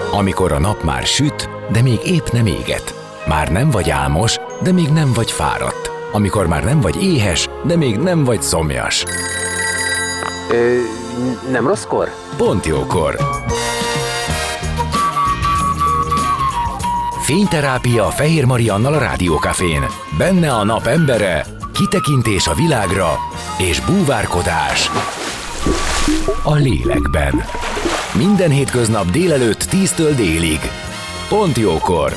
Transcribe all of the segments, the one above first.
Amikor a nap már süt, de még épp nem éget. Már nem vagy álmos, de még nem vagy fáradt. Amikor már nem vagy éhes, de még nem vagy szomjas. Nem rosszkor? Pont jókor. Fényterápia Fehér Mariannal a Rádiókafén. Benne a nap embere, kitekintés a világra és búvárkodás a lélekben. Minden hétköznap délelőtt 10-től délig. Pont jókor.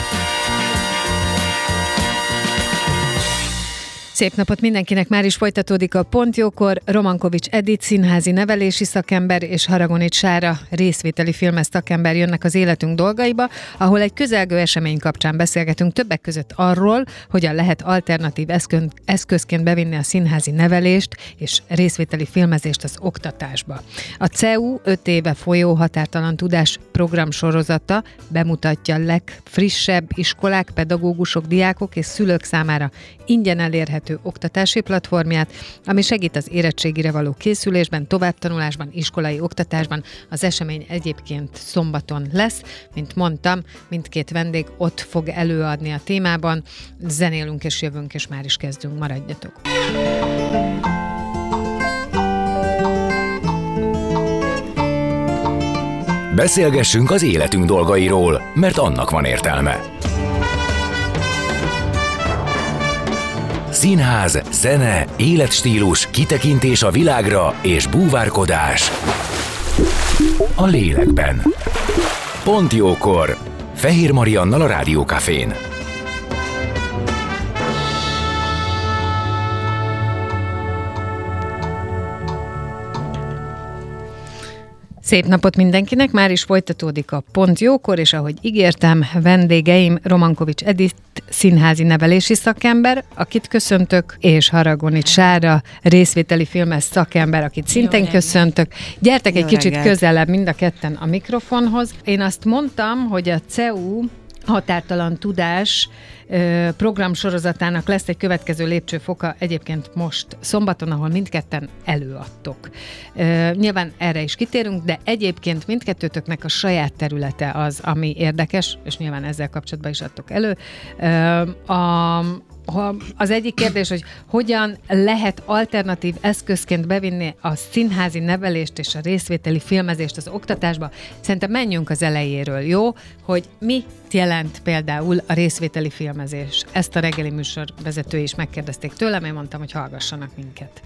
Szép napot mindenkinek, már is folytatódik a Pont jókor. Romankovics Edith színházi nevelési szakember és Haragonics Sára részvételi filmes szakember jönnek az életünk dolgaiba, ahol egy közelgő esemény kapcsán beszélgetünk többek között arról, hogyan lehet alternatív eszközként bevinni a színházi nevelést és részvételi filmezést az oktatásba. A CEU 5 éve folyó határtalan tudás programsorozata bemutatja a legfrissebb iskolák, pedagógusok, diákok és szülők számára ingyen elérhető oktatási platformját, ami segít az érettségire való készülésben, továbbtanulásban, iskolai oktatásban. Az esemény egyébként szombaton lesz, mint mondtam, mindkét vendég ott fog előadni a témában. Zenélünk és jövünk, és már is kezdünk, maradjatok! Beszélgessünk az életünk dolgairól, mert annak van értelme. Színház, zene, életstílus, kitekintés a világra és búvárkodás a lélekben. Pont jókor. Fehér Mariannal a Rádiókafén. Szép napot mindenkinek, már is folytatódik a Pont jókor, és ahogy ígértem, vendégeim Romankovics Edith színházi nevelési szakember, akit köszöntök, és Haragonics Sára részvételi filmes szakember, akit szintén köszöntök. Gyertek egy kicsit közelebb mind a ketten a mikrofonhoz. Én azt mondtam, hogy a CEU határtalan tudás programsorozatának lesz egy következő lépcsőfoka egyébként most szombaton, ahol mindketten előadtok. Nyilván erre is kitérünk, de egyébként mindkettőtöknek a saját területe az, ami érdekes, és nyilván ezzel kapcsolatban is adtok elő. Az egyik kérdés, hogy hogyan lehet alternatív eszközként bevinni a színházi nevelést és a részvételi filmezést az oktatásba. Szerintem menjünk az elejéről, jó? Hogy mi jelent például a részvételi filmezés? Ezt a reggeli műsor vezetői is megkérdezték tőlem, én mondtam, hogy hallgassanak minket.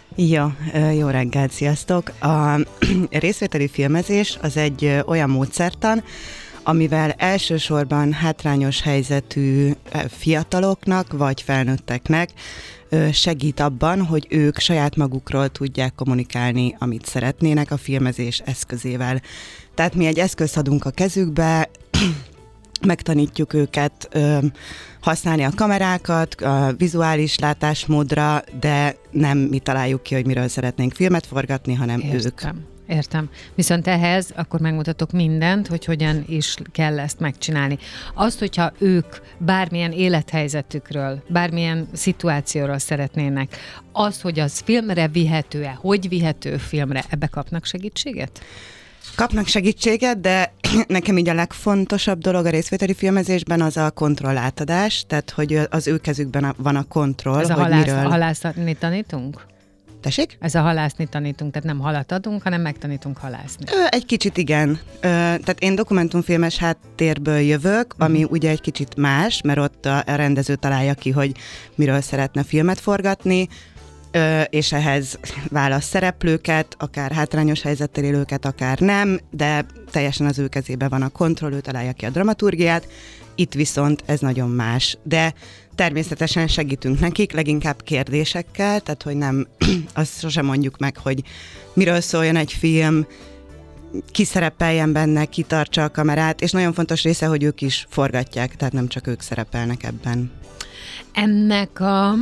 Jó reggelt, sziasztok! A részvételi filmezés az egy olyan módszertan, amivel elsősorban hátrányos helyzetű fiataloknak vagy felnőtteknek segít abban, hogy ők saját magukról tudják kommunikálni, amit szeretnének a filmezés eszközével. Tehát mi egy eszközt adunk a kezükbe, megtanítjuk őket használni a kamerákat, a vizuális látásmódra, de nem mi találjuk ki, hogy miről szeretnénk filmet forgatni, hanem ők. Értem. Viszont ehhez akkor megmutatok mindent, hogy hogyan is kell ezt megcsinálni. Azt, hogyha ők bármilyen élethelyzetükről, bármilyen szituációról szeretnének, az, hogy az filmre vihető-e, hogy vihető filmre, ebbe kapnak segítséget? Kapnak segítséget, de nekem így a legfontosabb dolog a részvételi filmezésben az a kontrollátadás, tehát hogy az ő kezükben van a kontroll. Ez hogy a halászni tanítunk? Tessék? Ez a halászni tanítunk, tehát nem halat adunk, hanem megtanítunk halászni. Egy kicsit igen. Tehát én dokumentumfilmes háttérből jövök, ami ugye egy kicsit más, mert ott a rendező találja ki, hogy miről szeretne filmet forgatni, és ehhez választ szereplőket, akár hátrányos helyzettel élőket, akár nem, de teljesen az ő kezében van a kontroll, ő találja ki a dramaturgiát. Itt viszont ez nagyon más, de természetesen segítünk nekik, leginkább kérdésekkel, tehát hogy nem, azt sosem mondjuk meg, hogy miről szóljon egy film, ki szerepeljen benne, ki tartsa a kamerát, és nagyon fontos része, hogy ők is forgatják, tehát nem csak ők szerepelnek ebben. Ennek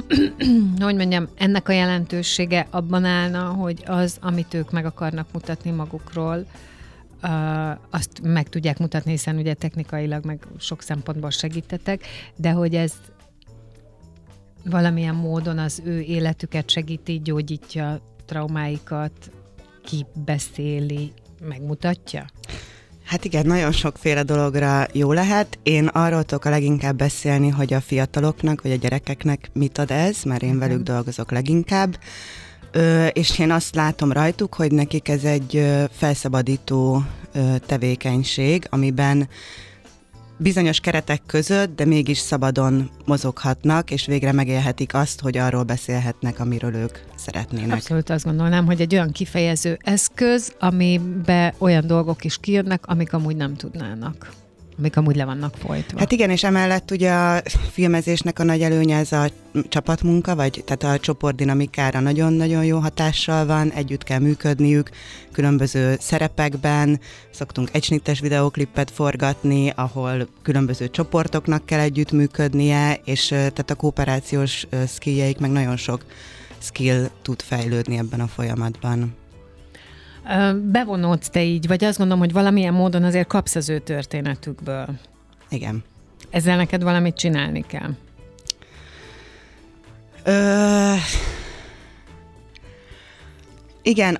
ennek a jelentősége abban állna, hogy az, amit ők meg akarnak mutatni magukról, azt meg tudják mutatni, hiszen ugye technikailag meg sok szempontból segítetek, de hogy ez valamilyen módon az ő életüket segíti, gyógyítja traumáikat, kibeszéli, megmutatja? Hát igen, nagyon sokféle dologra jó lehet. Én arról tudok a leginkább beszélni, hogy a fiataloknak vagy a gyerekeknek mit ad ez, mert én velük dolgozok leginkább. És én azt látom rajtuk, hogy nekik ez egy felszabadító tevékenység, amiben bizonyos keretek között, de mégis szabadon mozoghatnak, és végre megélhetik azt, hogy arról beszélhetnek, amiről ők szeretnének. Abszolút azt gondolnám, hogy egy olyan kifejező eszköz, amiben olyan dolgok is kijönnek, amik amúgy nem tudnának, amik amúgy le vannak folytva. Hát igen, és emellett ugye a filmezésnek a nagy előnye ez a csapatmunka, vagy tehát a csoportdinamikára nagyon-nagyon jó hatással van, együtt kell működniük, különböző szerepekben, szoktunk egysnittes videóklipet forgatni, ahol különböző csoportoknak kell együtt működnie, és tehát a kooperációs skilljeik meg nagyon sok skill tud fejlődni ebben a folyamatban. Bevonódsz te így, vagy azt gondolom, hogy valamilyen módon azért kapsz az ő történetükből. Igen. Ezzel neked valamit csinálni kell. Igen,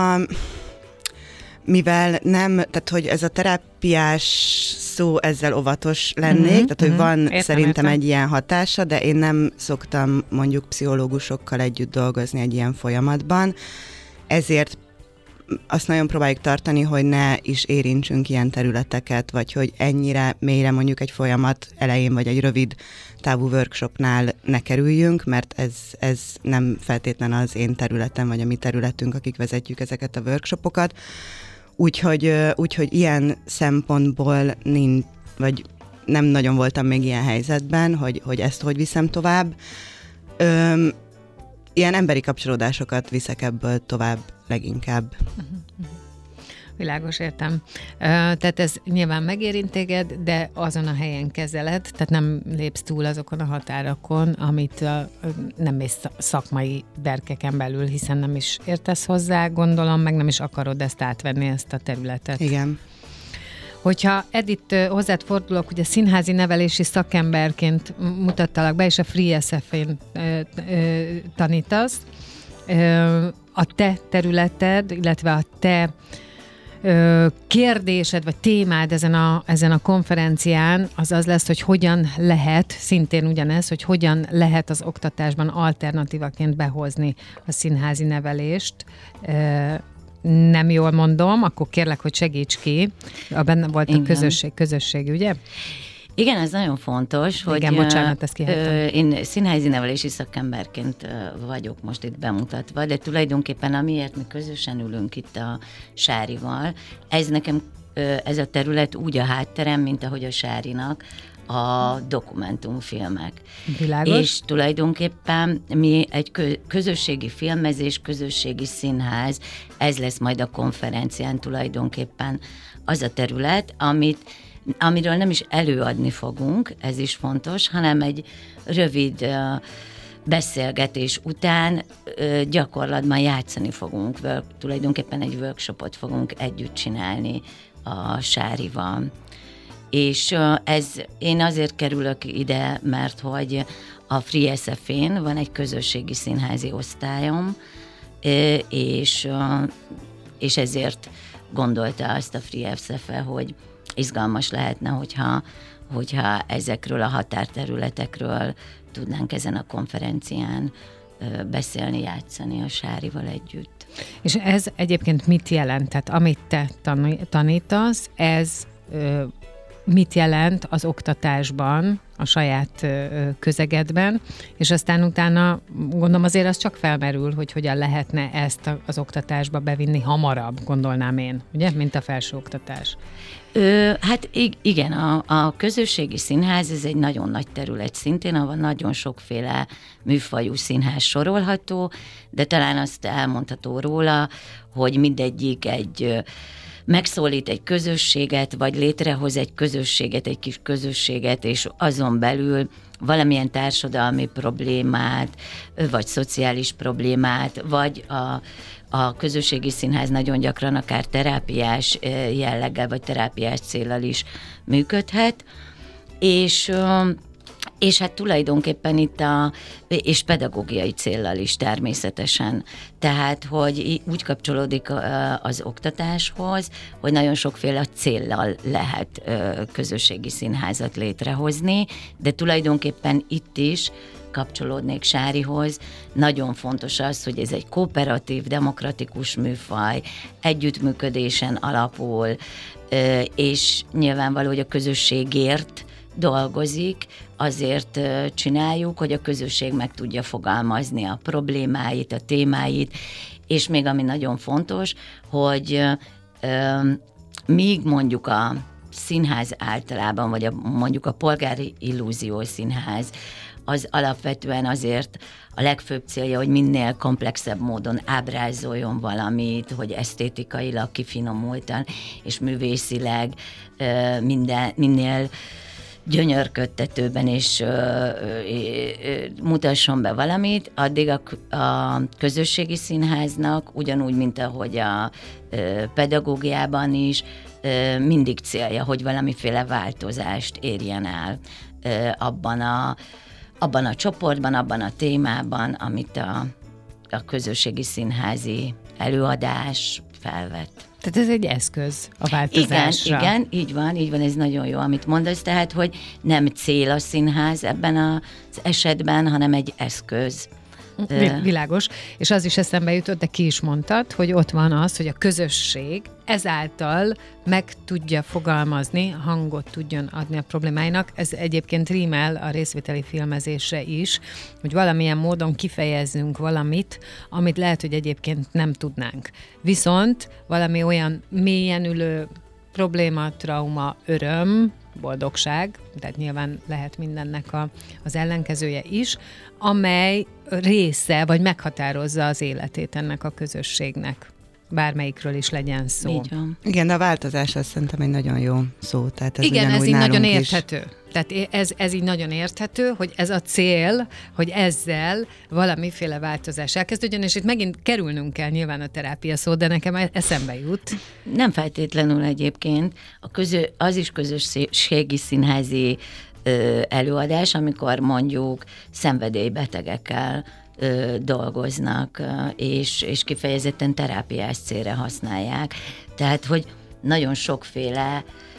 mivel nem, tehát hogy ez a terápiás szó, ezzel óvatos lennék, tehát hogy van szerintem egy ilyen hatása, de én nem szoktam mondjuk pszichológusokkal együtt dolgozni egy ilyen folyamatban, ezért azt nagyon próbáljuk tartani, hogy ne is érintsünk ilyen területeket, vagy hogy ennyire mélyre mondjuk egy folyamat elején, vagy egy rövid távú workshopnál ne kerüljünk, mert ez nem feltétlen az én területem, vagy a mi területünk, akik vezetjük ezeket a workshopokat. Úgyhogy ilyen szempontból vagy nem nagyon voltam még ilyen helyzetben, hogy ezt hogy viszem tovább. Ilyen emberi kapcsolódásokat viszek ebből tovább leginkább. Világos, értem. Tehát ez nyilván megérint téged, de azon a helyen kezeled, tehát nem lépsz túl azokon a határokon, amit nem mész szakmai berkeken belül, hiszen nem is értesz hozzá, gondolom, meg nem is akarod ezt átvenni, ezt a területet. Igen. Hogyha Edith, hozzád fordulok, ugye színházi nevelési szakemberként mutattalak be, és a Free SF-én tanítasz. A te területed, illetve a te kérdésed, vagy témád ezen a konferencián az lesz, hogy hogyan lehet, szintén ugyanez, hogy hogyan lehet az oktatásban alternatívaként behozni a színházi nevelést. Nem jól mondom, akkor kérlek, hogy segíts ki. Benne volt a közösség, ugye? Igen, ez nagyon fontos, hogy igen, bocsánat, ezt kihagytam. Én színházi nevelési szakemberként vagyok most itt bemutatva, de tulajdonképpen amiért mi közösen ülünk itt a Sárival, ez a terület úgy a hátterem, mint ahogy a Sárinak a dokumentumfilmek. Világos. És tulajdonképpen mi egy közösségi filmezés, közösségi színház, ez lesz majd a konferencián tulajdonképpen az a terület, amiről nem is előadni fogunk, ez is fontos, hanem egy rövid beszélgetés után gyakorlatban játszani fogunk, tulajdonképpen egy workshopot fogunk együtt csinálni a Sárival. És én azért kerülök ide, mert hogy a Free SF-én van egy közösségi színházi osztályom, és ezért gondolta azt a Free SF-e, hogy izgalmas lehetne, hogyha ezekről a határterületekről tudnánk ezen a konferencián beszélni, játszani a Sárival együtt. És ez egyébként mit jelent? Tehát amit te tanítasz, ez mit jelent az oktatásban, a saját közegedben, és aztán utána gondolom azért az csak felmerül, hogy hogyan lehetne ezt az oktatásba bevinni hamarabb, gondolnám én, ugye, mint a felsőoktatás. Hát igen, a közösségi színház, ez egy nagyon nagy terület szintén, ahol nagyon sokféle műfajú színház sorolható, de talán azt elmondható róla, hogy mindegyik megszólít egy közösséget, vagy létrehoz egy közösséget, egy kis közösséget, és azon belül valamilyen társadalmi problémát, vagy szociális problémát, vagy a közösségi színház nagyon gyakran akár terápiás jelleggel, vagy terápiás céllal is működhet, és És hát tulajdonképpen itt és pedagógiai céllal is természetesen. Tehát, hogy úgy kapcsolódik az oktatáshoz, hogy nagyon sokféle céllal lehet közösségi színházat létrehozni, de tulajdonképpen itt is kapcsolódnék Sárihoz. Nagyon fontos az, hogy ez egy kooperatív, demokratikus műfaj, együttműködésen alapul, és nyilvánvaló, hogy a közösségért dolgozik, azért csináljuk, hogy a közösség meg tudja fogalmazni a problémáit, a témáit, és még ami nagyon fontos, hogy míg mondjuk a színház általában, vagy mondjuk a polgári illúziós színház, az alapvetően azért a legfőbb célja, hogy minél komplexebb módon ábrázoljon valamit, hogy esztétikailag kifinomultan és művészileg minél gyönyörködtetőben és mutasson be valamit, addig a közösségi színháznak, ugyanúgy, mint ahogy a pedagógiában is, mindig célja, hogy valamiféle változást érjen el abban a csoportban, abban a témában, amit a közösségi színházi előadás felvett. Tehát ez egy eszköz a változásra. Igen, így van, ez nagyon jó, amit mondasz, tehát, hogy nem cél a színház ebben az esetben, hanem egy eszköz. Világos, és az is eszembe jutott, de ki is mondtad, hogy ott van az, hogy a közösség ezáltal meg tudja fogalmazni, hangot tudjon adni a problémáinak. Ez egyébként rímel a részvételi filmezésre is, hogy valamilyen módon kifejezzünk valamit, amit lehet, hogy egyébként nem tudnánk. Viszont valami olyan mélyen ülő probléma, trauma, öröm, boldogság, tehát nyilván lehet mindennek az ellenkezője is, amely része, vagy meghatározza az életét ennek a közösségnek. Bármelyikről is legyen szó. Így van. Igen, de a változás azt szerintem egy nagyon jó szó. Tehát ez igen, ez így nagyon érthető. Is. Tehát ez így nagyon érthető, hogy ez a cél, hogy ezzel valamiféle változás elkezdődjön, és itt megint kerülnünk kell nyilván a terápia szót, de nekem eszembe jut. Nem feltétlenül egyébként. Az is közösségi színházi előadás, amikor mondjuk szenvedélybetegekkel dolgoznak, és kifejezetten terápiás célra használják. Tehát, hogy nagyon sokféle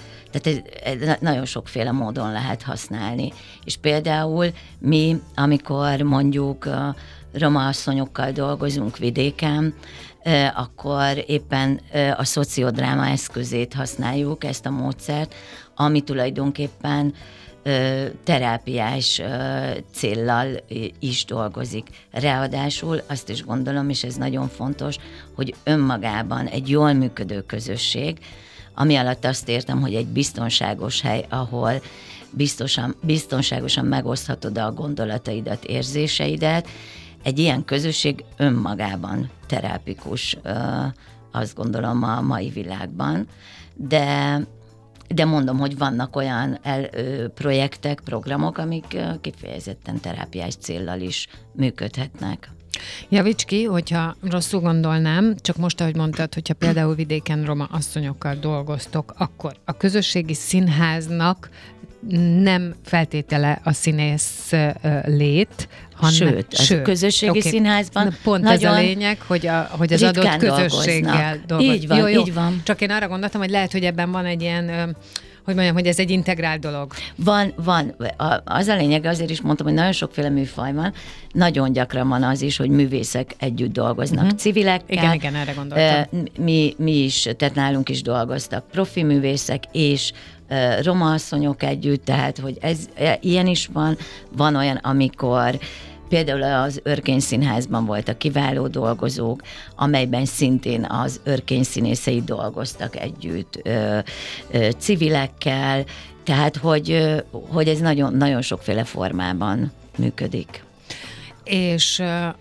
módon lehet használni. És például mi, amikor mondjuk roma asszonyokkal dolgozunk vidéken, akkor éppen a szociodráma eszközét használjuk, ezt a módszert, ami tulajdonképpen terápiás céllal is dolgozik. Ráadásul azt is gondolom, és ez nagyon fontos, hogy önmagában egy jól működő közösség, ami alatt azt értem, hogy egy biztonságos hely, ahol biztonságosan megoszthatod a gondolataidat, érzéseidet, egy ilyen közösség önmagában terápikus, azt gondolom a mai világban, de mondom, hogy vannak olyan projektek, programok, amik kifejezetten terápiás céllal is működhetnek. Javíts ki, hogyha rosszul gondolnám, csak most, ahogy mondtad, hogyha például vidéken roma asszonyokkal dolgoztok, akkor a közösségi színháznak nem feltétele a színész lét, hanem... Sőt, a közösségi színházban pont ez a lényeg, hogy az adott közösséggel dolgoznak. Így van, jó. Így van. Csak én arra gondoltam, hogy lehet, hogy ebben van egy ilyen, hogy mondjam, hogy ez egy integrált dolog. Van. Az a lényeg, azért is mondtam, hogy nagyon sokféle műfaj van, nagyon gyakran van az is, hogy művészek együtt dolgoznak civilekkel. Igen, erre gondoltam. Mi is, tehát nálunk is dolgoztak profi művészek, és roma asszonyok együtt, tehát, hogy ilyen is van olyan, amikor például az Örkény Színházban voltak kiváló dolgozók, amelyben szintén az örkény színészei dolgoztak együtt civilekkel, tehát, hogy ez nagyon, nagyon sokféle formában működik. És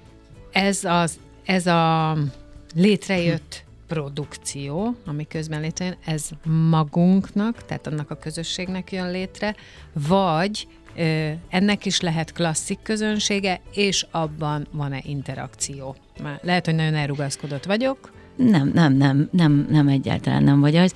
ez a létrejött produkció, ami közben létrejön, ez magunknak, tehát annak a közösségnek jön létre, vagy ennek is lehet klasszik közönsége, és abban van-e interakció? Már lehet, hogy nagyon elrugaszkodott vagyok. Nem, egyáltalán nem vagy az.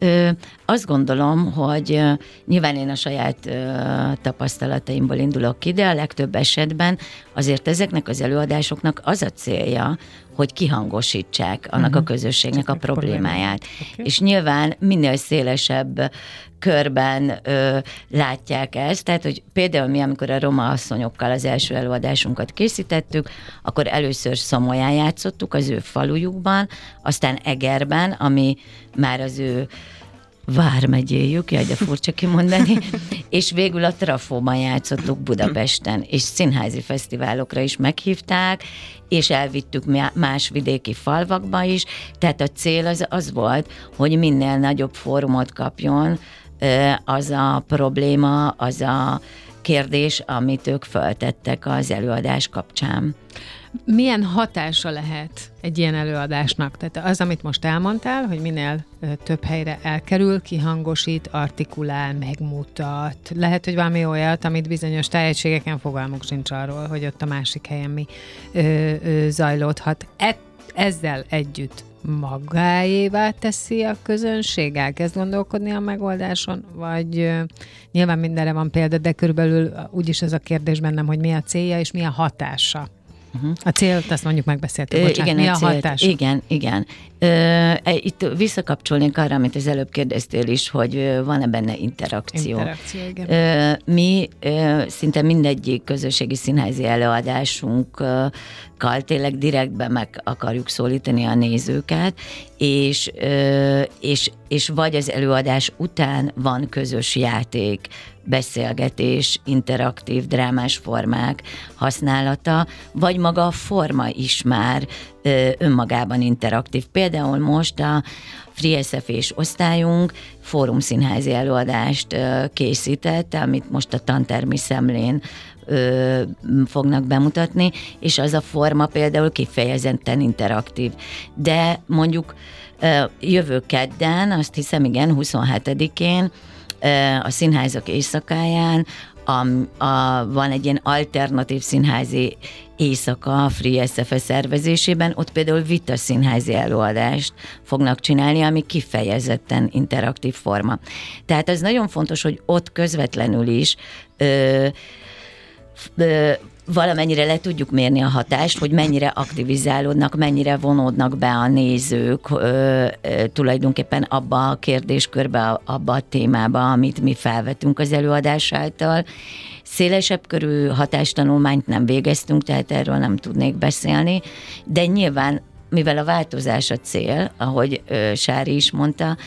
Azt gondolom, hogy nyilván én a saját tapasztalataimból indulok ki, de a legtöbb esetben azért ezeknek az előadásoknak az a célja, hogy kihangosítsák annak a közösségnek a problémáját. Okay. És nyilván minél szélesebb körben látják ezt, tehát, hogy például mi, amikor a roma asszonyokkal az első előadásunkat készítettük, akkor először Szomolyán játszottuk az ő falujukban, aztán Egerben, ami már az ő vármegyéjük, jaj, de furcsa kimondani, és végül a Trafóban játszottuk Budapesten, és színházi fesztiválokra is meghívták, és elvittük más vidéki falvakba is, tehát a cél az volt, hogy minél nagyobb fórumot kapjon az a probléma, az a kérdés, amit ők föltettek az előadás kapcsán. Milyen hatása lehet egy ilyen előadásnak? Tehát az, amit most elmondtál, hogy minél több helyre elkerül, kihangosít, artikulál, megmutat. Lehet, hogy valami olyat, amit bizonyos tájegységeken fogalmuk sincs arról, hogy ott a másik helyen mi zajlódhat. Ezzel együtt magáévá teszi a közönség? Elkezd gondolkodni a megoldáson? Vagy nyilván mindenre van példa, de körülbelül úgyis ez a kérdés bennem, hogy mi a célja és mi a hatása. A célt azt mondjuk megbeszéltük, bocsánat, igen, mi a hatás? Igen. Itt visszakapcsolnék arra, amit az előbb kérdeztél is, hogy van-e benne interakció. Igen. Mi szinte mindegyik közösségi színházi előadásunkkal tényleg direktben meg akarjuk szólítani a nézőket, és vagy az előadás után van közös játék, beszélgetés, interaktív, drámás formák használata, vagy maga a forma is már önmagában interaktív. Például most a Free SF-s osztályunk fórumszínházi előadást készített, amit most a Tantermi Szemlén fognak bemutatni, és az a forma például kifejezetten interaktív. De mondjuk jövő kedden, azt hiszem igen, 27-én a Színházak éjszakáján van egy ilyen alternatív színházi éjszaka a Free SF szervezésében, ott például vita színházi előadást fognak csinálni, ami kifejezetten interaktív forma. Tehát ez nagyon fontos, hogy ott közvetlenül is valamennyire le tudjuk mérni a hatást, hogy mennyire aktivizálódnak, mennyire vonódnak be a nézők tulajdonképpen abba a kérdéskörbe, abba a témába, amit mi felvetünk az előadás által. Szélesebb körű hatástanulmányt nem végeztünk, tehát erről nem tudnék beszélni, de nyilván, mivel a változás a cél, ahogy Sári is mondta,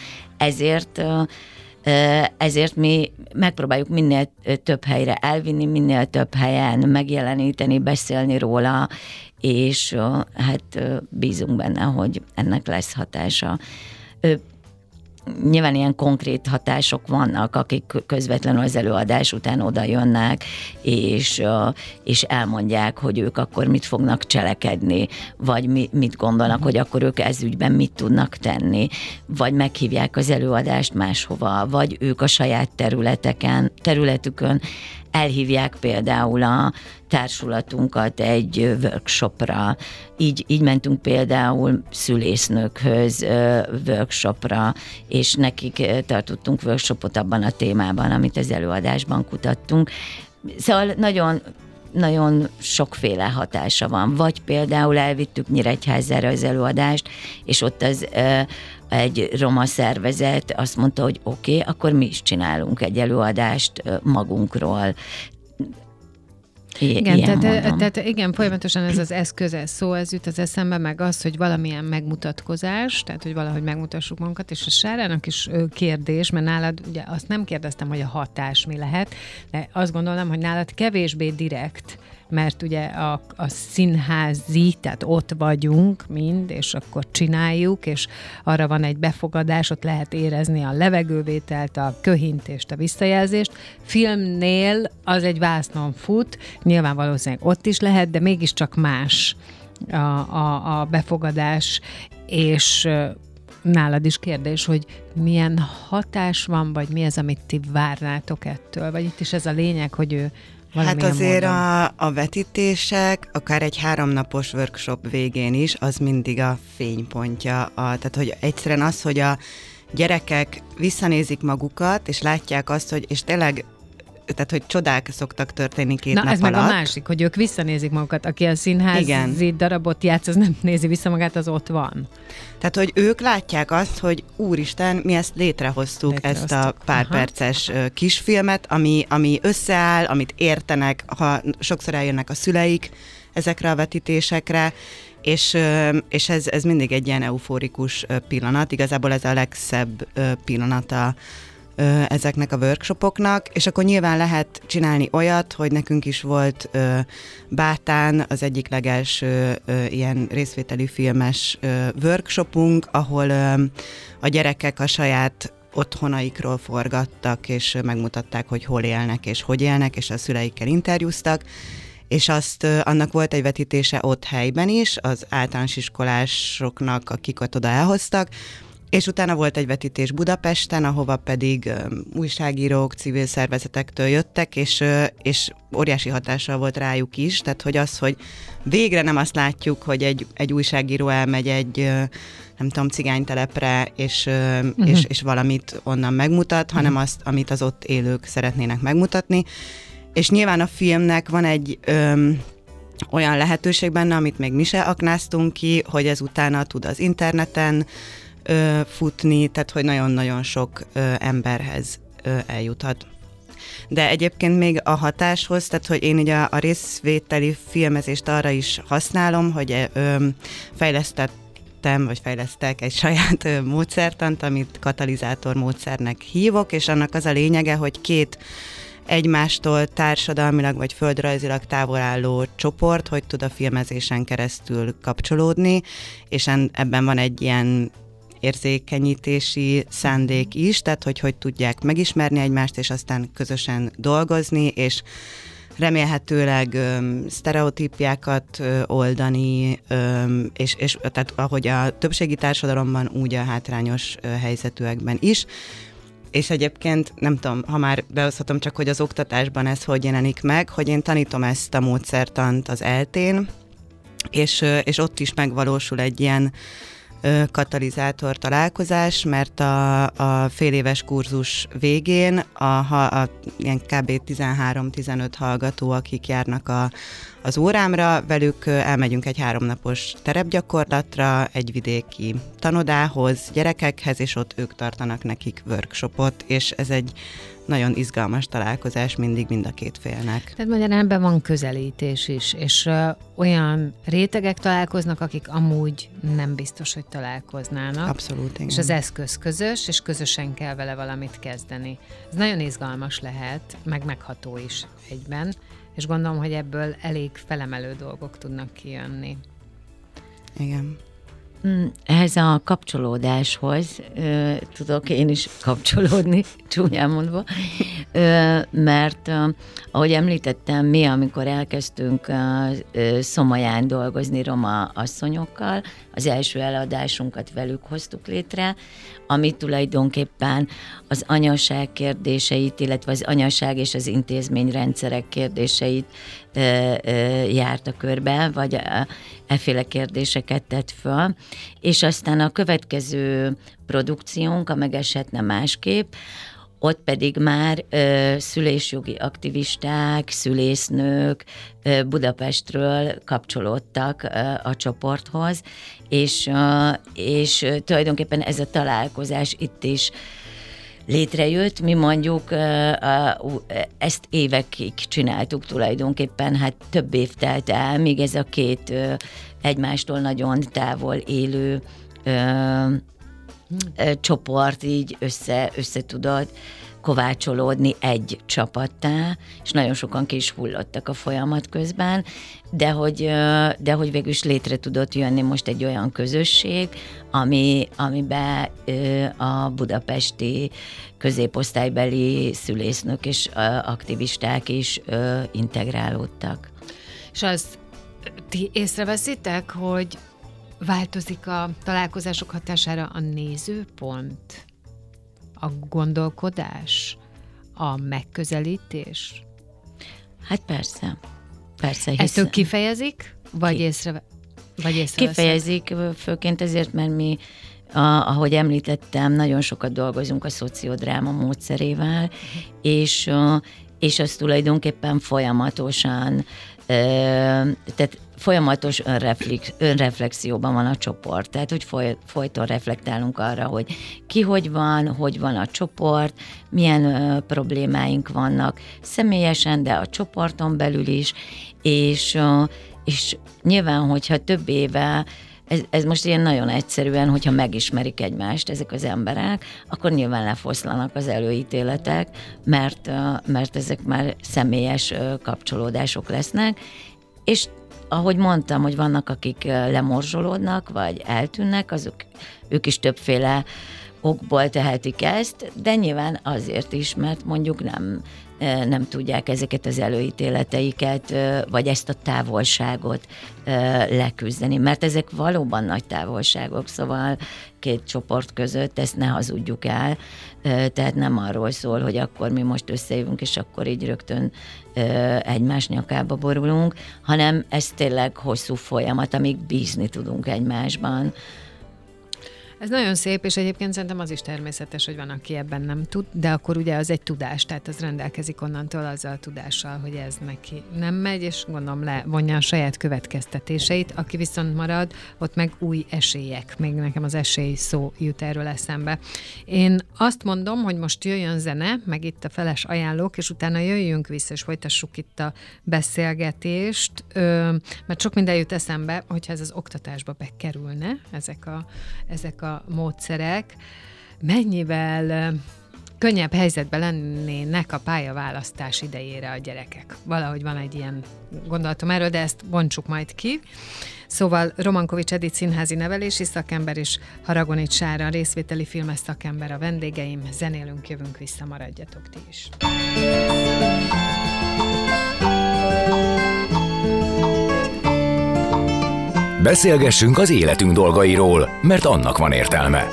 ezért mi megpróbáljuk minél több helyre elvinni, minél több helyen megjeleníteni, beszélni róla, és hát bízunk benne, hogy ennek lesz hatása. Nyilván ilyen konkrét hatások vannak, akik közvetlenül az előadás után oda jönnek, és elmondják, hogy ők akkor mit fognak cselekedni, vagy mit gondolnak, hogy akkor ők ez ügyben mit tudnak tenni, vagy meghívják az előadást máshova, vagy ők a saját területükön elhívják például a társulatunkat egy workshopra. Így mentünk például szülésznőkhöz workshopra, és nekik tartottunk workshopot abban a témában, amit az előadásban kutattunk. Szóval nagyon sokféle hatása van. Vagy például elvittük Nyíregyházára az előadást, és ott egy roma szervezet azt mondta, hogy oké, akkor mi is csinálunk egy előadást magunkról. Igen, tehát igen, folyamatosan ez az eszköz, ez jut az eszembe, meg az, hogy valamilyen megmutatkozás, tehát hogy valahogy megmutassuk magunkat, és a Sárának is kérdés, mert nálad, ugye azt nem kérdeztem, hogy a hatás mi lehet, de azt gondolom, hogy nálad kevésbé direkt, mert ugye a színházi, tehát ott vagyunk mind, és akkor csináljuk, és arra van egy befogadás, ott lehet érezni a levegővételt, a köhintést, a visszajelzést. Filmnél az egy vásznon fut, nyilván valószínűleg ott is lehet, de mégiscsak más a befogadás, és nálad is kérdés, hogy milyen hatás van, vagy mi az, amit ti várnátok ettől? Vagy itt is ez a lényeg, hogy ő hát azért a vetítések, akár egy 3 napos workshop végén is, az mindig a fénypontja. Tehát, hogy egyszerűen az, hogy a gyerekek visszanézik magukat, és látják azt, hogy, és tényleg, tehát, hogy csodák szoktak történni 2 nap alatt. Ez meg a másik, hogy ők visszanézik magukat. Aki a színházi darabot játsz, az nem nézi vissza magát, az ott van. Tehát, hogy ők látják azt, hogy úristen, mi ezt létrehoztuk. Ezt a pár perces kisfilmet, ami összeáll, amit értenek, ha sokszor eljönnek a szüleik ezekre a vetítésekre, és ez mindig egy ilyen euforikus pillanat. Igazából ez a legszebb pillanata ezeknek a workshopoknak, és akkor nyilván lehet csinálni olyat, hogy nekünk is volt Bátán az egyik legelső ilyen részvételi filmes workshopunk, ahol a gyerekek a saját otthonaikról forgattak, és megmutatták, hogy hol élnek, és hogy élnek, és a szüleikkel interjúztak, és annak volt egy vetítése ott helyben is, az általános iskolásoknak, akiket oda elhoztak, és utána volt egy vetítés Budapesten, ahova pedig újságírók, civil szervezetektől jöttek, és óriási hatással volt rájuk is, tehát hogy végre nem azt látjuk, hogy egy újságíró elmegy egy nem tudom, cigánytelepre, és valamit onnan megmutat, hanem azt, amit az ott élők szeretnének megmutatni. És nyilván a filmnek van egy olyan lehetőség benne, amit még mi se aknáztunk ki, hogy ez utána tud az interneten futni, tehát hogy nagyon-nagyon sok emberhez eljuthat. De egyébként még a hatáshoz, tehát hogy én ugye a részvételi filmezést arra is használom, hogy fejlesztek egy saját módszertant, amit katalizátor módszernek hívok, és annak az a lényege, hogy 2 egymástól társadalmilag vagy földrajzilag távol álló csoport, hogy tud a filmezésen keresztül kapcsolódni, és ebben van egy ilyen érzékenyítési szándék is, tehát hogy tudják megismerni egymást, és aztán közösen dolgozni, és remélhetőleg sztereotípiákat oldani, és tehát ahogy a többségi társadalomban, úgy a hátrányos helyzetűekben is. És egyébként nem tudom, ha már behozhatom csak, hogy az oktatásban ez hogy jelenik meg, hogy én tanítom ezt a módszertant az ELTÉn, és ott is megvalósul egy ilyen katalizátor találkozás, mert a féléves kurzus végén ilyen kb. 13-15 hallgató, akik járnak az órámra, velük elmegyünk egy 3 napos terepgyakorlatra, egy vidéki tanodához, gyerekekhez, és ott ők tartanak nekik workshopot, és ez egy nagyon izgalmas találkozás mindig mind a 2 félnek. Tehát magyarán ebben van közelítés is, és olyan rétegek találkoznak, akik amúgy nem biztos, hogy találkoznának. Abszolút, igen. És az eszköz közös, és közösen kell vele valamit kezdeni. Ez nagyon izgalmas lehet, meg megható is egyben, és gondolom, hogy ebből elég felemelő dolgok tudnak kijönni. Igen. Ehhez a kapcsolódáshoz tudok én is kapcsolódni, csúnyán mondva, mert ahogy említettem, mi, amikor elkezdtünk Szomolyán dolgozni roma asszonyokkal, az első eladásunkat velük hoztuk létre, ami tulajdonképpen az anyaság kérdéseit, illetve az anyaság és az intézményrendszerek kérdéseit járta körbe, vagy efféle kérdéseket tett föl, és aztán a következő produkciónk, a Megeshetne másképp, ott pedig már szülésjogi aktivisták, szülésznők Budapestről kapcsolódtak a csoporthoz, és tulajdonképpen ez a találkozás itt is létrejött. Mi mondjuk ezt évekig csináltuk tulajdonképpen, hát több év telt el, míg ez a 2 egymástól nagyon távol élő csoport így össze tudott kovácsolódni egy csapattá, és nagyon sokan ki is hullottak a folyamat közben, de hogy végül is létre tudott jönni most egy olyan közösség, amiben a budapesti középosztálybeli szülésznök és aktivisták is integrálódtak. És azt ti észreveszitek, hogy változik a találkozások hatására a nézőpont, a gondolkodás, a megközelítés? Hát persze. Ezt ők kifejezik, vagy észreveszik? Kifejezik, főként ezért, mert mi ahogy említettem, nagyon sokat dolgozunk a szociodráma módszerével, és az tulajdonképpen folyamatosan, tehát folyamatos önreflexióban van a csoport. Tehát, hogy folyton reflektálunk arra, hogy ki hogy van a csoport, milyen problémáink vannak személyesen, de a csoporton belül is, és nyilván, hogyha több éve, ez most ilyen nagyon egyszerűen, hogyha megismerik egymást ezek az emberek, akkor nyilván lefoszlanak az előítéletek, mert ezek már személyes kapcsolódások lesznek, és ahogy mondtam, hogy vannak, akik lemorzsolódnak, vagy eltűnnek, ők is többféle okból tehetik ezt, de nyilván azért is, mert mondjuk nem tudják ezeket az előítéleteiket, vagy ezt a távolságot leküzdeni, mert ezek valóban nagy távolságok, szóval két csoport között ezt ne hazudjuk el, tehát nem arról szól, hogy akkor mi most összejövünk, és akkor így rögtön egymás nyakába borulunk, hanem ez tényleg hosszú folyamat, amíg bízni tudunk egymásban. Ez nagyon szép, és egyébként szerintem az is természetes, hogy van, aki ebben nem tud, de akkor ugye az egy tudás, tehát az rendelkezik onnantól azzal a tudással, hogy ez neki nem megy, és gondolom levonja a saját következtetéseit, aki viszont marad, ott meg új esélyek. Még nekem az esély szó jut erről eszembe. Én azt mondom, hogy most jöjjön zene, meg itt a feles ajánlók, és utána jöjjünk vissza, és folytassuk itt a beszélgetést, mert sok minden jut eszembe, hogyha ez az oktatásba bekerülne, ezek a módszerek, mennyivel könnyebb helyzetben lennének a pályaválasztás idejére a gyerekek. Valahogy van egy ilyen gondolatom erről, de ezt bontsuk majd ki. Szóval Romankovics Edit színházi nevelési szakember és Haragonics Sára részvételi filmes szakember a vendégeim. Zenélünk, jövünk vissza, maradjatok ti is. Beszélgessünk az életünk dolgairól, mert annak van értelme.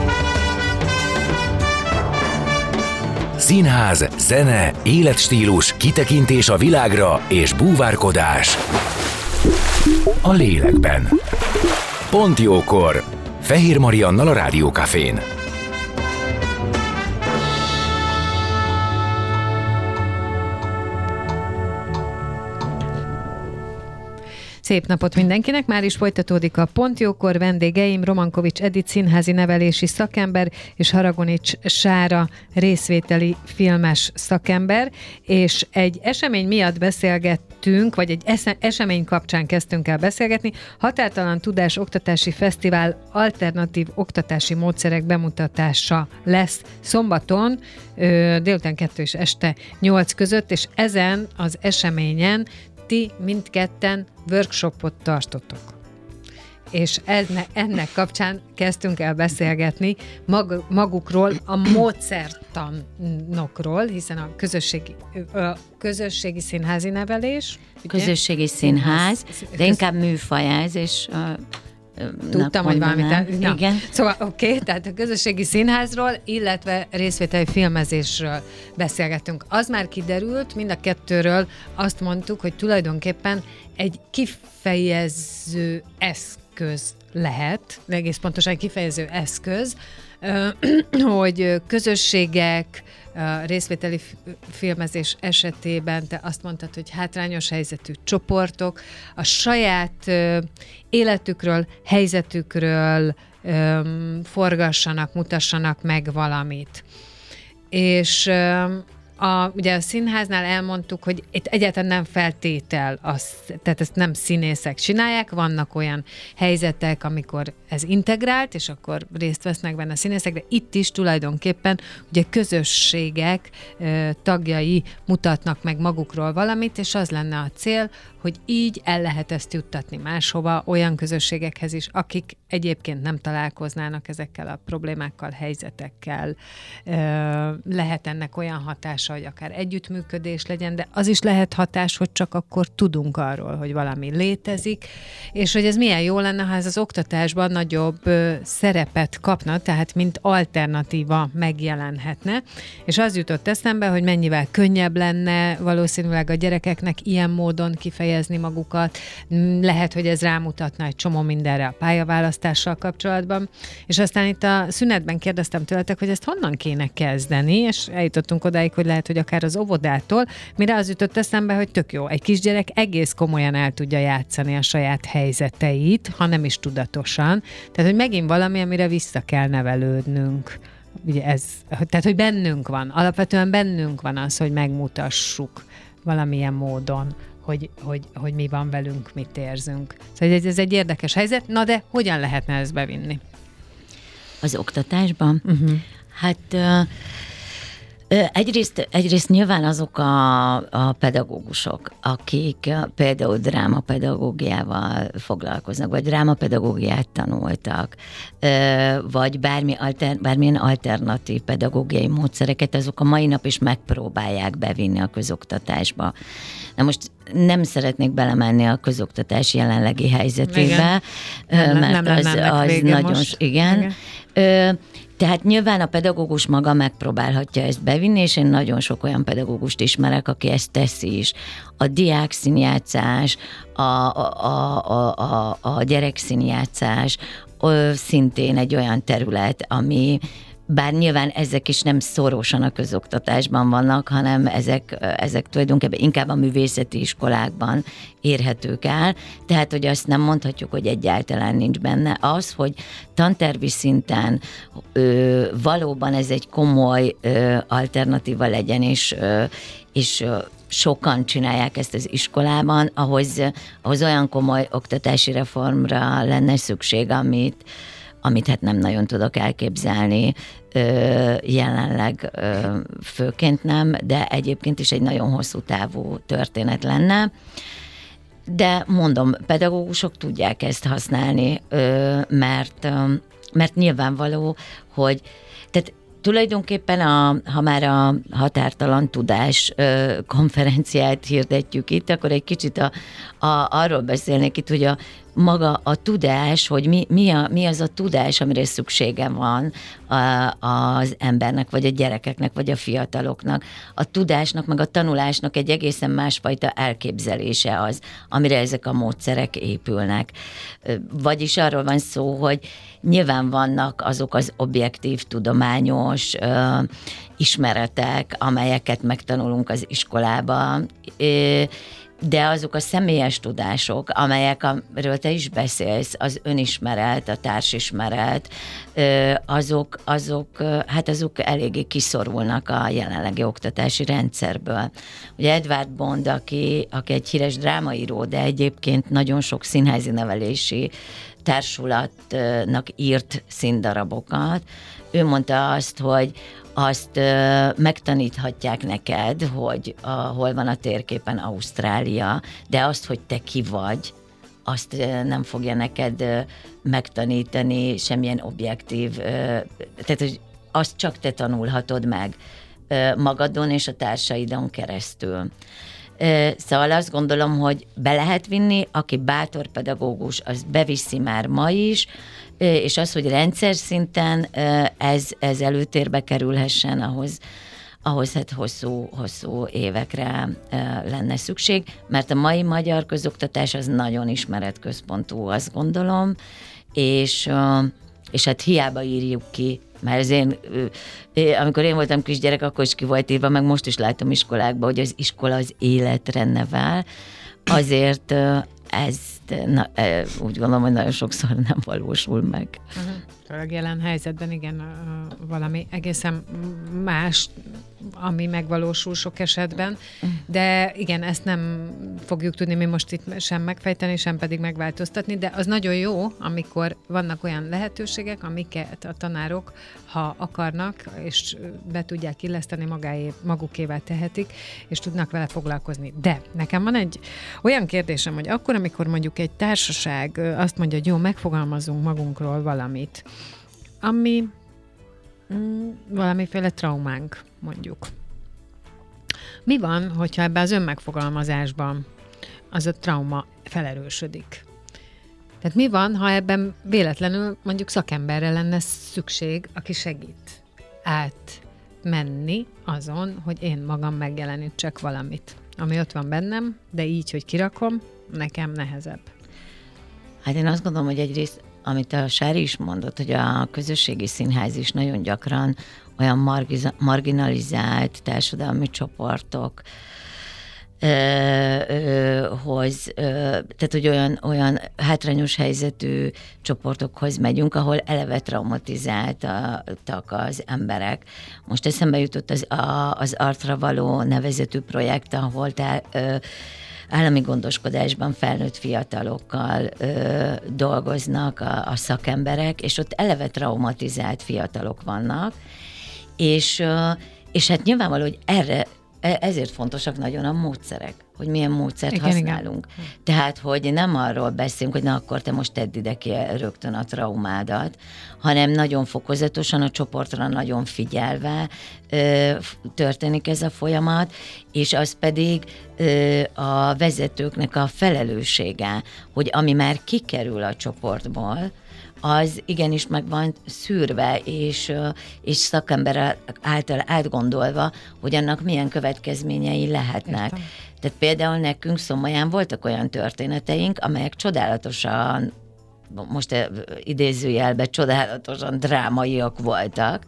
Színház, zene, életstílus, kitekintés a világra és búvárkodás a lélekben. Pont jókor! Fehér Mariannal a Rádió Cafén. Szép napot mindenkinek, már is folytatódik a Pont jókor, vendégeim Romankovics Edit színházi nevelési szakember és Haragonics Sára részvételi filmes szakember, és egy esemény miatt beszélgettünk, vagy egy esemény kapcsán kezdtünk el beszélgetni. Határtalan Tudás Oktatási Fesztivál alternatív oktatási módszerek bemutatása lesz szombaton, délután 2 és este 8 között, és ezen az eseményen ti mindketten workshopot tartotok. És ennek kapcsán kezdtünk el beszélgetni magukról, a módszertanokról, hiszen a közösségi színházi nevelés. Ugye? Közösségi színház, de inkább műfaj ez, és tudtam, hogy valamit. Igen. Szóval oké, tehát a közösségi színházról, illetve részvételi filmezésről beszélgettünk. Az már kiderült, mind a kettőről azt mondtuk, hogy tulajdonképpen egy kifejező eszköz lehet, egész pontosan kifejező eszköz, hogy közösségek, részvételi filmezés esetében te azt mondtad, hogy hátrányos helyzetű csoportok a saját életükről, helyzetükről forgassanak, mutassanak meg valamit. És ugye a színháznál elmondtuk, hogy itt egyáltalán nem feltétel, tehát ezt nem színészek csinálják, vannak olyan helyzetek, amikor ez integrált, és akkor részt vesznek benne a színészek, de itt is tulajdonképpen ugye közösségek tagjai mutatnak meg magukról valamit, és az lenne a cél, hogy így el lehet ezt juttatni máshova, olyan közösségekhez is, akik egyébként nem találkoznának ezekkel a problémákkal, helyzetekkel. Lehet ennek olyan hatása, hogy akár együttműködés legyen, de az is lehet hatás, hogy csak akkor tudunk arról, hogy valami létezik, és hogy ez milyen jó lenne, ha ez az oktatásban nagyobb szerepet kapna, tehát mint alternatíva megjelenhetne. És az jutott eszembe, hogy mennyivel könnyebb lenne valószínűleg a gyerekeknek ilyen módon kifejezni magukat. Lehet, hogy ez rámutatna egy csomó mindenre a pályaválasztás választással kapcsolatban, és aztán itt a szünetben kérdeztem tőletek, hogy ezt honnan kéne kezdeni, és eljutottunk odáig, hogy lehet, hogy akár az óvodától, mire az jutott eszembe, hogy tök jó, egy kisgyerek egész komolyan el tudja játszani a saját helyzeteit, ha nem is tudatosan, tehát, hogy megint valami, amire vissza kell nevelődnünk. Ugye tehát, hogy bennünk van, alapvetően bennünk van az, hogy megmutassuk valamilyen módon, hogy mi van velünk, mit érzünk. Szóval ez egy érdekes helyzet, na de hogyan lehetne ezt bevinni? Az oktatásban? Hát egyrészt nyilván azok a pedagógusok, akik például drámapedagógiával foglalkoznak, vagy drámapedagógiát tanultak, vagy bármilyen alternatív pedagógiai módszereket, azok a mai nap is megpróbálják bevinni a közoktatásba. Na most nem szeretnék belemenni a közoktatás jelenlegi helyzetébe, mert az nagyon... Most. Igen. Tehát nyilván a pedagógus maga megpróbálhatja ezt bevinni, és én nagyon sok olyan pedagógust ismerek, aki ezt teszi is. A diákszínjátszás, a gyerekszínjátszás szintén egy olyan terület, ami bár nyilván ezek is nem szorosan a közoktatásban vannak, hanem ezek tulajdonképpen inkább a művészeti iskolákban érhetők el, tehát hogy azt nem mondhatjuk, hogy egyáltalán nincs benne. Az, hogy tantervi szinten valóban ez egy komoly alternatíva legyen, és sokan csinálják ezt az iskolában, ahhoz olyan komoly oktatási reformra lenne szükség, amit hát nem nagyon tudok elképzelni jelenleg, főként nem, de egyébként is egy nagyon hosszú távú történet lenne. De mondom, pedagógusok tudják ezt használni, mert nyilvánvaló, hogy tehát tulajdonképpen, ha már a határtalan tudás konferenciát hirdetjük itt, akkor egy kicsit arról beszélnék itt, hogy maga a tudás, hogy mi az a tudás, amire szüksége van az embernek, vagy a gyerekeknek, vagy a fiataloknak. A tudásnak, meg a tanulásnak egy egészen másfajta elképzelése az, amire ezek a módszerek épülnek. Vagyis arról van szó, hogy nyilván vannak azok az objektív, tudományos ismeretek, amelyeket megtanulunk az iskolában, de azok a személyes tudások, amelyekről te is beszélsz, az önismeret, a társismeret, azok eléggé kiszorulnak a jelenlegi oktatási rendszerből. Ugye Edvard Bond, aki egy híres drámaíró, de egyébként nagyon sok színházi nevelési társulatnak írt színdarabokat, ő mondta azt, hogy azt megtaníthatják neked, hogy hol van a térképen Ausztrália, de azt, hogy te ki vagy, azt nem fogja neked megtanítani semmilyen objektív, tehát hogy azt csak te tanulhatod meg magadon és a társaidon keresztül. Szóval azt gondolom, hogy be lehet vinni, aki bátor pedagógus, az beviszi már ma is, és az, hogy rendszer szinten ez előtérbe kerülhessen, ahhoz hát hosszú évekre lenne szükség, mert a mai magyar közoktatás az nagyon ismeretközpontú, azt gondolom, és hát hiába írjuk ki, mert amikor én voltam kisgyerek, akkor is ki volt írva, meg most is látom iskolákban, hogy az iskola az életre nevel, azért úgy gondolom, hogy nagyon sokszor nem valósul meg. Főleg jelen helyzetben igen, valami egészen más, ami megvalósul sok esetben, de igen, ezt nem fogjuk tudni mi most itt sem megfejteni, sem pedig megváltoztatni, de az nagyon jó, amikor vannak olyan lehetőségek, amiket a tanárok, ha akarnak, és be tudják illeszteni, magukévá tehetik, és tudnak vele foglalkozni. De nekem van egy olyan kérdésem, hogy akkor, amikor mondjuk egy társaság azt mondja, hogy jó, megfogalmazunk magunkról valamit, ami valamiféle traumánk, mondjuk. Mi van, hogyha ebben az önmegfogalmazásban az a trauma felerősödik? Tehát mi van, ha ebben véletlenül mondjuk szakemberre lenne szükség, aki segít átmenni azon, hogy én magam megjelenítsek valamit, ami ott van bennem, de így, hogy kirakom, nekem nehezebb. Hát én azt gondolom, hogy egyrészt amit a Sári is mondott, hogy a közösségi színház is nagyon gyakran olyan marginalizált társadalmi csoportok, tehát hogy olyan hátrányos helyzetű csoportokhoz megyünk, ahol eleve traumatizáltak az emberek. Most eszembe jutott az Artra való nevezetű projekt, ahol állami gondoskodásban felnőtt fiatalokkal dolgoznak a szakemberek, és ott eleve traumatizált fiatalok vannak, és hát nyilvánvaló, hogy ezért fontosak nagyon a módszerek, hogy milyen módszert használunk. Igen. Tehát, hogy nem arról beszélünk, hogy na akkor te most tedd ide ki rögtön a traumádat, hanem nagyon fokozatosan a csoportra nagyon figyelve történik ez a folyamat, és az pedig a vezetőknek a felelőssége, hogy ami már kikerül a csoportból, az igenis meg van szűrve, és szakember által átgondolva, hogy annak milyen következményei lehetnek. Értem. Tehát például nekünk Szomolyán voltak olyan történeteink, amelyek csodálatosan, most idézőjelben csodálatosan drámaiak voltak,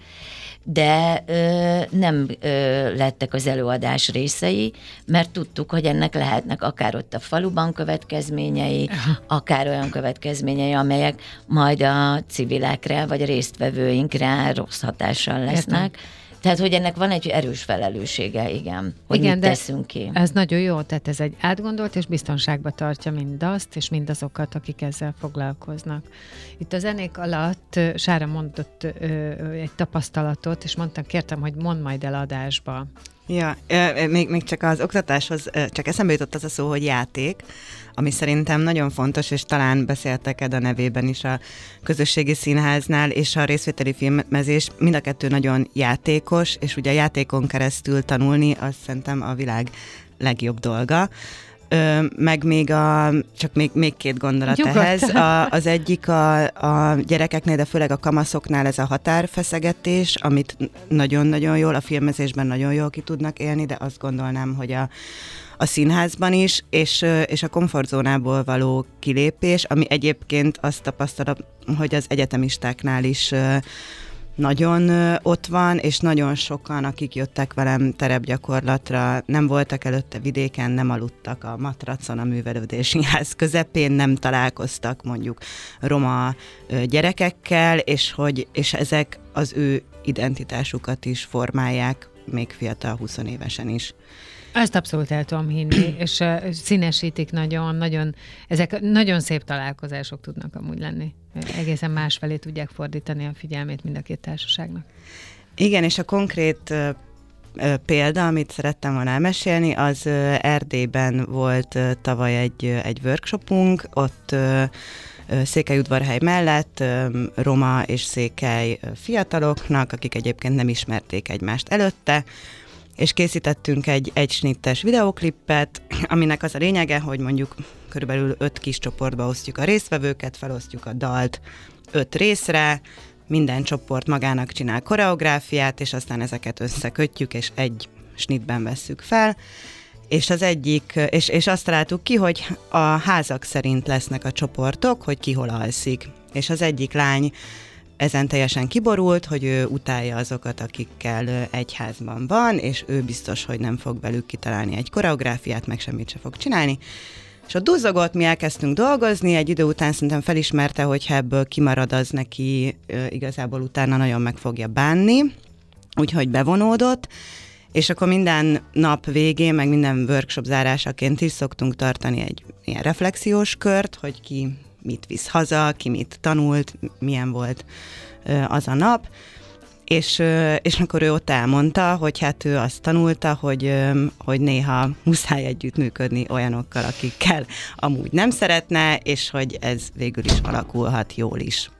de nem lettek az előadás részei, mert tudtuk, hogy ennek lehetnek akár ott a faluban következményei, akár olyan következményei, amelyek majd a civilekre vagy a résztvevőinkre rossz hatással lesznek. Értem. Tehát, hogy ennek van egy erős felelőssége, igen, hogy mit teszünk ki. Ez nagyon jó, tehát ez egy átgondolt és biztonságba tartja mindazt, és mindazokat, akik ezzel foglalkoznak. Itt a zenék alatt Sára mondott egy tapasztalatot, és kértem, hogy mondd majd el adásba. Ja, még csak az oktatáshoz csak eszembe jutott az a szó, hogy játék, ami szerintem nagyon fontos, és talán beszéltek Eda nevében is a közösségi színháznál, és a részvételi filmezés mind a kettő nagyon játékos, és ugye a játékon keresztül tanulni, az szerintem a világ legjobb dolga. Meg csak még két gondolat ehhez. Az egyik a gyerekeknél, de főleg a kamaszoknál ez a határfeszegetés, amit nagyon-nagyon jól, a filmezésben nagyon jól ki tudnak élni, de azt gondolnám, hogy a színházban is, és a komfortzónából való kilépés, ami egyébként azt tapasztalom, hogy az egyetemistáknál is nagyon ott van, és nagyon sokan, akik jöttek velem terepgyakorlatra, nem voltak előtte vidéken, nem aludtak a matracon a művelődési ház közepén, nem találkoztak mondjuk roma gyerekekkel, és ezek az ő identitásukat is formálják, még fiatal 20 évesen is. Ezt abszolút el tudom hinni, és színesítik nagyon, ezek nagyon szép találkozások tudnak amúgy lenni. Egészen másfelé tudják fordítani a figyelmét mind a két társaságnak. Igen, és a konkrét példa, amit szerettem volna elmesélni, az Erdélyben volt tavaly egy workshopunk, ott Székelyudvarhely mellett roma és székely fiataloknak, akik egyébként nem ismerték egymást előtte, és készítettünk egy snittes videóklippet, aminek az a lényege, hogy mondjuk körülbelül 5 kis csoportba osztjuk a résztvevőket, felosztjuk a dalt 5 részre, minden csoport magának csinál koreográfiát, és aztán ezeket összekötjük, és egy snitben vesszük fel, és az egyik, és azt találtuk ki, hogy a házak szerint lesznek a csoportok, hogy ki hol alszik, és az egyik lány ezen teljesen kiborult, hogy ő utálja azokat, akikkel egy házban van, és ő biztos, hogy nem fog velük kitalálni egy koreográfiát, meg semmit se fog csinálni. És ott duzzogott, mi elkezdtünk dolgozni, egy idő után szerintem felismerte, hogy ha ebből kimarad, az neki igazából utána nagyon meg fogja bánni, úgyhogy bevonódott, és akkor minden nap végén, meg minden workshop zárásaként is szoktunk tartani egy ilyen reflexiós kört, hogy ki mit visz haza, ki mit tanult, milyen volt az a nap, és akkor ő ott elmondta, hogy hát ő azt tanulta, hogy néha muszáj együttműködni olyanokkal, akikkel amúgy nem szeretne, és hogy ez végül is alakulhat jól is.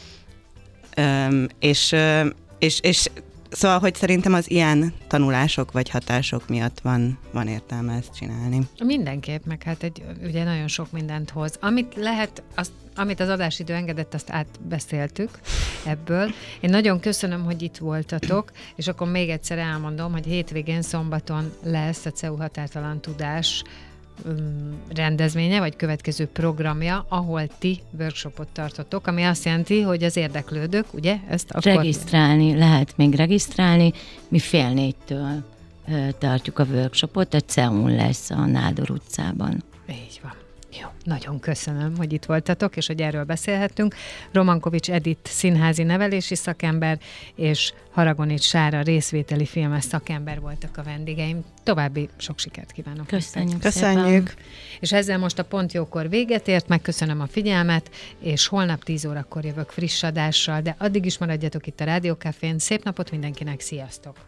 És szóval, hogy szerintem az ilyen tanulások vagy hatások miatt van értelme ezt csinálni. Mindenképp, meg hát ugye nagyon sok mindent hoz. Amit lehet, amit az adásidő engedett, azt átbeszéltük ebből. Én nagyon köszönöm, hogy itt voltatok, és akkor még egyszer elmondom, hogy hétvégén szombaton lesz a CEU Határtalan Tudás rendezvénye, vagy következő programja, ahol ti workshopot tartotok, ami azt jelenti, hogy az érdeklődők, ugye? Ezt akkor... Lehet még regisztrálni. Mi 3:30-től tartjuk a workshopot, a CEUN lesz a Nádor utcában. Így van. Jó, nagyon köszönöm, hogy itt voltatok, és hogy erről beszélhettünk. Romankovics Edit színházi nevelési szakember, és Haragonics Sára részvételi filmes szakember voltak a vendégeim. További sok sikert kívánok. Köszönjük Köszönjük. szépen. És ezzel most a Pont Jókor véget ért, megköszönöm a figyelmet, és holnap 10 órakor jövök friss adással, de addig is maradjatok itt a Rádió Cafén. Szép napot mindenkinek, sziasztok!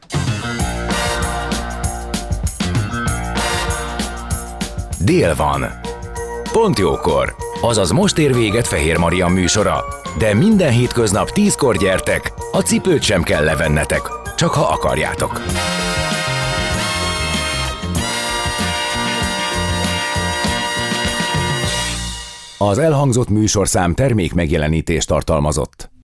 Dél van. Pont jókor. Azaz most ér véget Fehér Marian műsora. De minden hétköznap 10-kor gyertek, a cipőt sem kell levennetek, csak ha akarjátok. Az elhangzott műsorszám termék megjelenítést tartalmazott.